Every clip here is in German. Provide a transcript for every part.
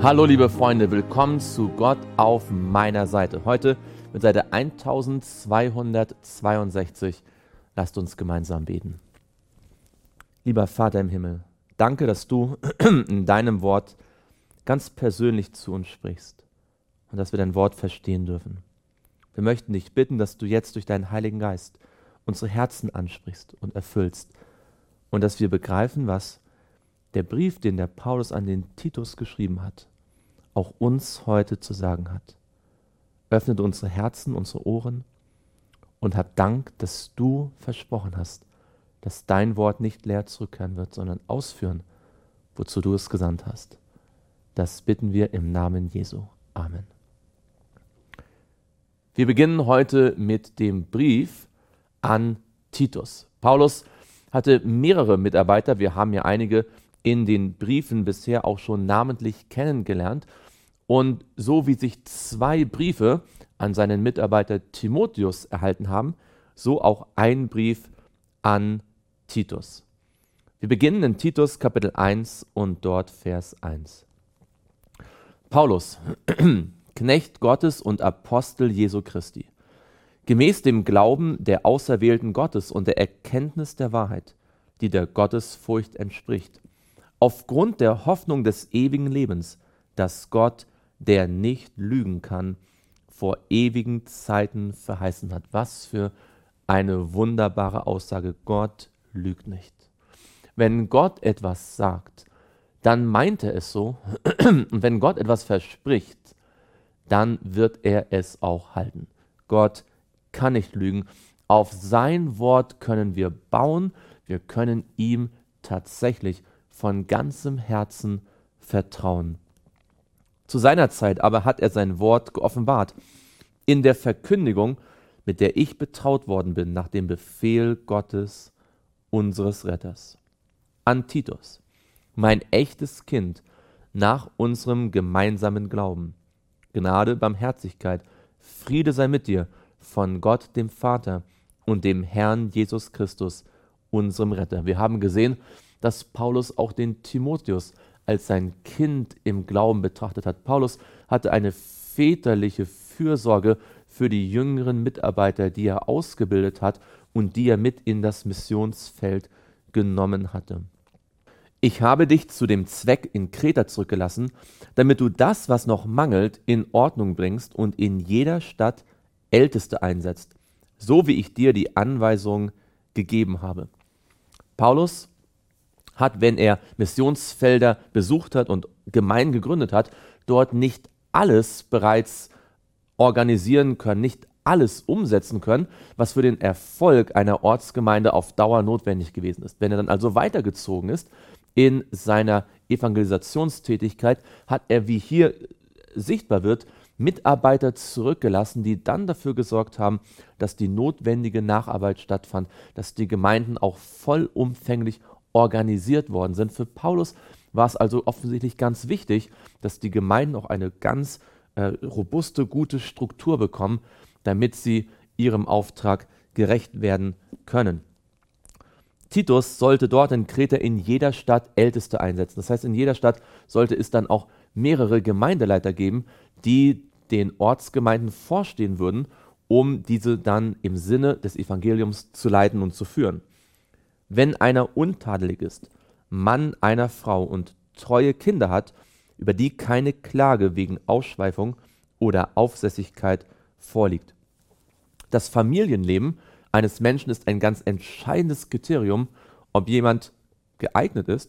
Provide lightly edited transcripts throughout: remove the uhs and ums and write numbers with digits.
Hallo liebe Freunde, willkommen zu Gott auf meiner Seite. Heute mit Seite 1262. Lasst uns gemeinsam beten. Lieber Vater im Himmel, danke, dass du in deinem Wort ganz persönlich zu uns sprichst und dass wir dein Wort verstehen dürfen. Wir möchten dich bitten, dass du jetzt durch deinen Heiligen Geist unsere Herzen ansprichst und erfüllst und dass wir begreifen, was der Brief, den der Paulus an den Titus geschrieben hat, auch uns heute zu sagen hat. Öffnet unsere Herzen, unsere Ohren und hab Dank, dass du versprochen hast, dass dein Wort nicht leer zurückkehren wird, sondern ausführen, wozu du es gesandt hast. Das bitten wir im Namen Jesu. Amen. Wir beginnen heute mit dem Brief an Titus. Paulus hatte mehrere Mitarbeiter, wir haben ja einige in den Briefen bisher auch schon namentlich kennengelernt. Und so wie sich 2 Briefe an seinen Mitarbeiter Timotheus erhalten haben, so auch ein Brief an Titus. Wir beginnen in Titus Kapitel 1 und dort Vers 1. Paulus, Knecht Gottes und Apostel Jesu Christi, gemäß dem Glauben der Auserwählten Gottes und der Erkenntnis der Wahrheit, die der Gottesfurcht entspricht, aufgrund der Hoffnung des ewigen Lebens, das Gott, der nicht lügen kann, vor ewigen Zeiten verheißen hat. Was für eine wunderbare Aussage. Gott lügt nicht. Wenn Gott etwas sagt, dann meint er es so. Und wenn Gott etwas verspricht, dann wird er es auch halten. Gott kann nicht lügen. Auf sein Wort können wir bauen. Wir können ihm tatsächlich von ganzem Herzen vertrauen. Zu seiner Zeit aber hat er sein Wort geoffenbart, in der Verkündigung, mit der ich betraut worden bin, nach dem Befehl Gottes, unseres Retters. An Titus, mein echtes Kind, nach unserem gemeinsamen Glauben. Gnade, Barmherzigkeit, Friede sei mit dir, von Gott dem Vater und dem Herrn Jesus Christus, unserem Retter. Wir haben gesehen, dass Paulus auch den Timotheus als sein Kind im Glauben betrachtet hat. Paulus hatte eine väterliche Fürsorge für die jüngeren Mitarbeiter, die er ausgebildet hat und die er mit in das Missionsfeld genommen hatte. Ich habe dich zu dem Zweck in Kreta zurückgelassen, damit du das, was noch mangelt, in Ordnung bringst und in jeder Stadt Älteste einsetzt, so wie ich dir die Anweisung gegeben habe. Paulus hat, wenn er Missionsfelder besucht hat und Gemeinden gegründet hat, dort nicht alles bereits organisieren können, nicht alles umsetzen können, was für den Erfolg einer Ortsgemeinde auf Dauer notwendig gewesen ist. Wenn er dann also weitergezogen ist in seiner Evangelisationstätigkeit, hat er, wie hier sichtbar wird, Mitarbeiter zurückgelassen, die dann dafür gesorgt haben, dass die notwendige Nacharbeit stattfand, dass die Gemeinden auch vollumfänglich organisiert worden sind. Für Paulus war es also offensichtlich ganz wichtig, dass die Gemeinden auch eine ganz robuste, gute Struktur bekommen, damit sie ihrem Auftrag gerecht werden können. Titus sollte dort in Kreta in jeder Stadt Älteste einsetzen. Das heißt, in jeder Stadt sollte es dann auch mehrere Gemeindeleiter geben, die den Ortsgemeinden vorstehen würden, um diese dann im Sinne des Evangeliums zu leiten und zu führen. Wenn einer untadelig ist, Mann einer Frau und treue Kinder hat, über die keine Klage wegen Ausschweifung oder Aufsässigkeit vorliegt. Das Familienleben eines Menschen ist ein ganz entscheidendes Kriterium, ob jemand geeignet ist,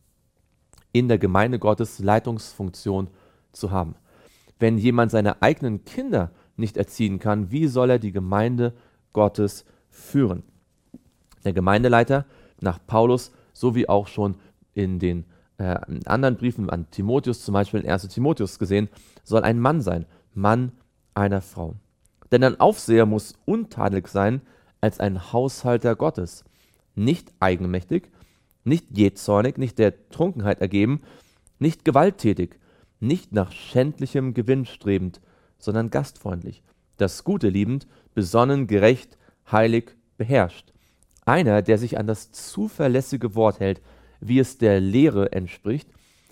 in der Gemeinde Gottes Leitungsfunktion zu haben. Wenn jemand seine eigenen Kinder nicht erziehen kann, wie soll er die Gemeinde Gottes führen? Der Gemeindeleiter nach Paulus, sowie auch schon in den anderen Briefen an Timotheus, zum Beispiel in 1. Timotheus gesehen, soll ein Mann sein, Mann einer Frau. Denn ein Aufseher muss untadelig sein als ein Haushalter Gottes, nicht eigenmächtig, nicht jähzornig, nicht der Trunkenheit ergeben, nicht gewalttätig, nicht nach schändlichem Gewinn strebend, sondern gastfreundlich, das Gute liebend, besonnen, gerecht, heilig, beherrscht. Einer, der sich an das zuverlässige Wort hält, wie es der Lehre entspricht,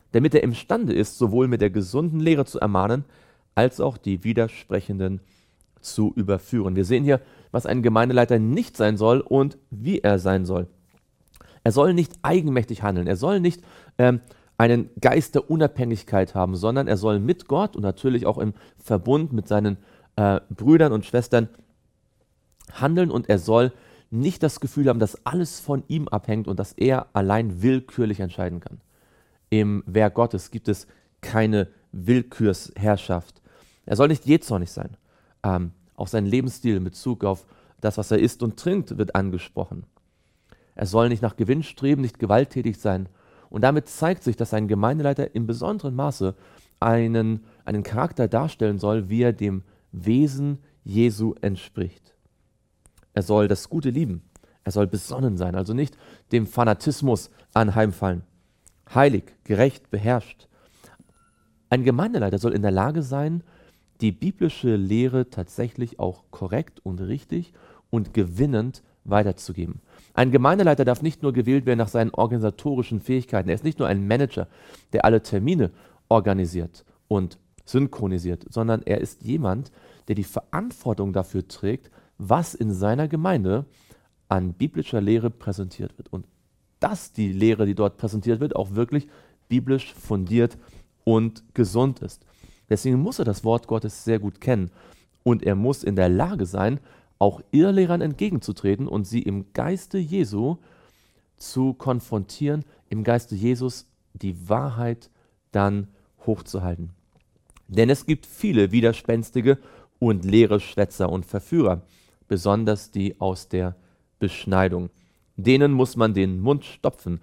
damit er imstande ist, sowohl mit der gesunden Lehre zu ermahnen, als auch die Widersprechenden zu überführen. Wir sehen hier, was ein Gemeindeleiter nicht sein soll und wie er sein soll. Er soll nicht eigenmächtig handeln, er soll nicht einen Geist der Unabhängigkeit haben, sondern er soll mit Gott und natürlich auch im Verbund mit seinen Brüdern und Schwestern handeln, und er soll nicht das Gefühl haben, dass alles von ihm abhängt und dass er allein willkürlich entscheiden kann. Im Werk Gottes gibt es keine Willkürsherrschaft. Er soll nicht jähzornig sein. Auch sein Lebensstil in Bezug auf das, was er isst und trinkt, wird angesprochen. Er soll nicht nach Gewinn streben, nicht gewalttätig sein. Und damit zeigt sich, dass ein Gemeindeleiter in besonderem Maße einen Charakter darstellen soll, wie er dem Wesen Jesu entspricht. Er soll das Gute lieben. Er soll besonnen sein, also nicht dem Fanatismus anheimfallen. Heilig, gerecht, beherrscht. Ein Gemeindeleiter soll in der Lage sein, die biblische Lehre tatsächlich auch korrekt und richtig und gewinnend weiterzugeben. Ein Gemeindeleiter darf nicht nur gewählt werden nach seinen organisatorischen Fähigkeiten. Er ist nicht nur ein Manager, der alle Termine organisiert und synchronisiert, sondern er ist jemand, der die Verantwortung dafür trägt, was in seiner Gemeinde an biblischer Lehre präsentiert wird. Und dass die Lehre, die dort präsentiert wird, auch wirklich biblisch fundiert und gesund ist. Deswegen muss er das Wort Gottes sehr gut kennen und er muss in der Lage sein, auch Irrlehrern entgegenzutreten und sie im Geiste Jesu zu konfrontieren, im Geiste Jesus die Wahrheit dann hochzuhalten. Denn es gibt viele widerspenstige und leere Schwätzer und Verführer, besonders die aus der Beschneidung. Denen muss man den Mund stopfen,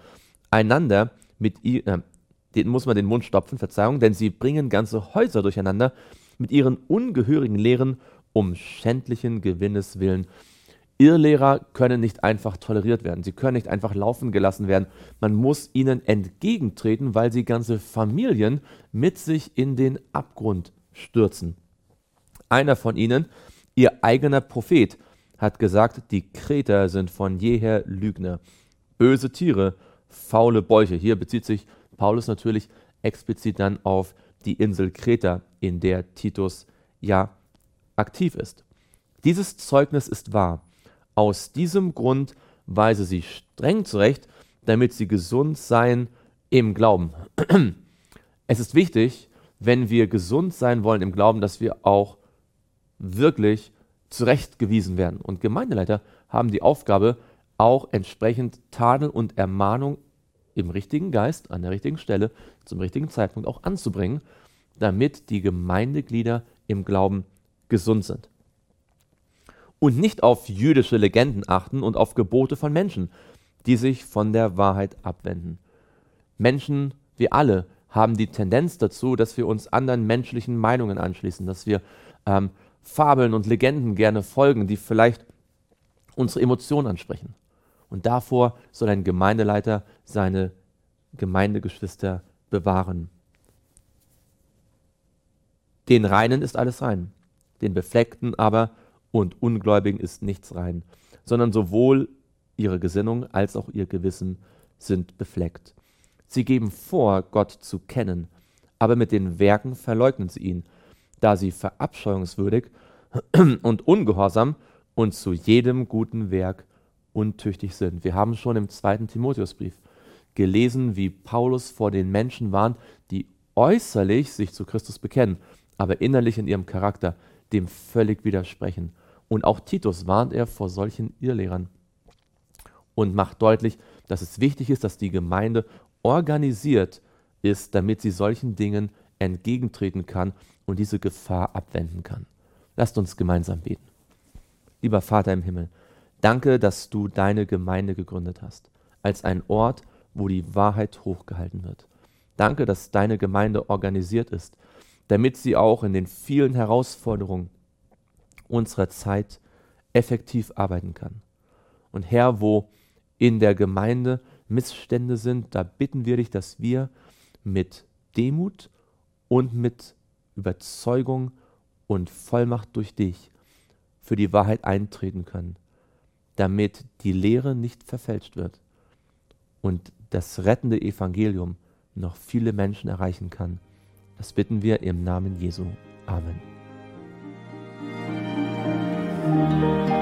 denen muss man den Mund stopfen, denn sie bringen ganze Häuser durcheinander mit ihren ungehörigen Lehren um schändlichen Gewinnes willen. Irrlehrer können nicht einfach toleriert werden, sie können nicht einfach laufen gelassen werden. Man muss ihnen entgegentreten, weil sie ganze Familien mit sich in den Abgrund stürzen. Einer von ihnen, ihr eigener Prophet, hat gesagt, die Kreter sind von jeher Lügner, böse Tiere, faule Bäuche. Hier bezieht sich Paulus natürlich explizit dann auf die Insel Kreta, in der Titus ja aktiv ist. Dieses Zeugnis ist wahr. Aus diesem Grund weise sie streng zurecht, damit sie gesund seien im Glauben. Es ist wichtig, wenn wir gesund sein wollen im Glauben, dass wir auch wirklich zurechtgewiesen werden. Und Gemeindeleiter haben die Aufgabe, auch entsprechend Tadel und Ermahnung im richtigen Geist, an der richtigen Stelle, zum richtigen Zeitpunkt auch anzubringen, damit die Gemeindeglieder im Glauben gesund sind. Und nicht auf jüdische Legenden achten und auf Gebote von Menschen, die sich von der Wahrheit abwenden. Menschen, wir alle, haben die Tendenz dazu, dass wir uns anderen menschlichen Meinungen anschließen, dass wir Fabeln und Legenden gerne folgen, die vielleicht unsere Emotionen ansprechen. Und davor soll ein Gemeindeleiter seine Gemeindegeschwister bewahren. Den Reinen ist alles rein, den Befleckten aber und Ungläubigen ist nichts rein, sondern sowohl ihre Gesinnung als auch ihr Gewissen sind befleckt. Sie geben vor, Gott zu kennen, aber mit den Werken verleugnen sie ihn, da sie verabscheuungswürdig und ungehorsam und zu jedem guten Werk untüchtig sind. Wir haben schon im 2. Timotheusbrief gelesen, wie Paulus vor den Menschen warnt, die äußerlich sich zu Christus bekennen, aber innerlich in ihrem Charakter dem völlig widersprechen. Und auch Titus warnt er vor solchen Irrlehrern und macht deutlich, dass es wichtig ist, dass die Gemeinde organisiert ist, damit sie solchen Dingen entgegentreten kann und diese Gefahr abwenden kann. Lasst uns gemeinsam beten. Lieber Vater im Himmel, danke, dass du deine Gemeinde gegründet hast, als ein Ort, wo die Wahrheit hochgehalten wird. Danke, dass deine Gemeinde organisiert ist, damit sie auch in den vielen Herausforderungen unserer Zeit effektiv arbeiten kann. Und Herr, wo in der Gemeinde Missstände sind, da bitten wir dich, dass wir mit Demut und mit Überzeugung und Vollmacht durch dich für die Wahrheit eintreten können, damit die Lehre nicht verfälscht wird und das rettende Evangelium noch viele Menschen erreichen kann. Das bitten wir im Namen Jesu. Amen.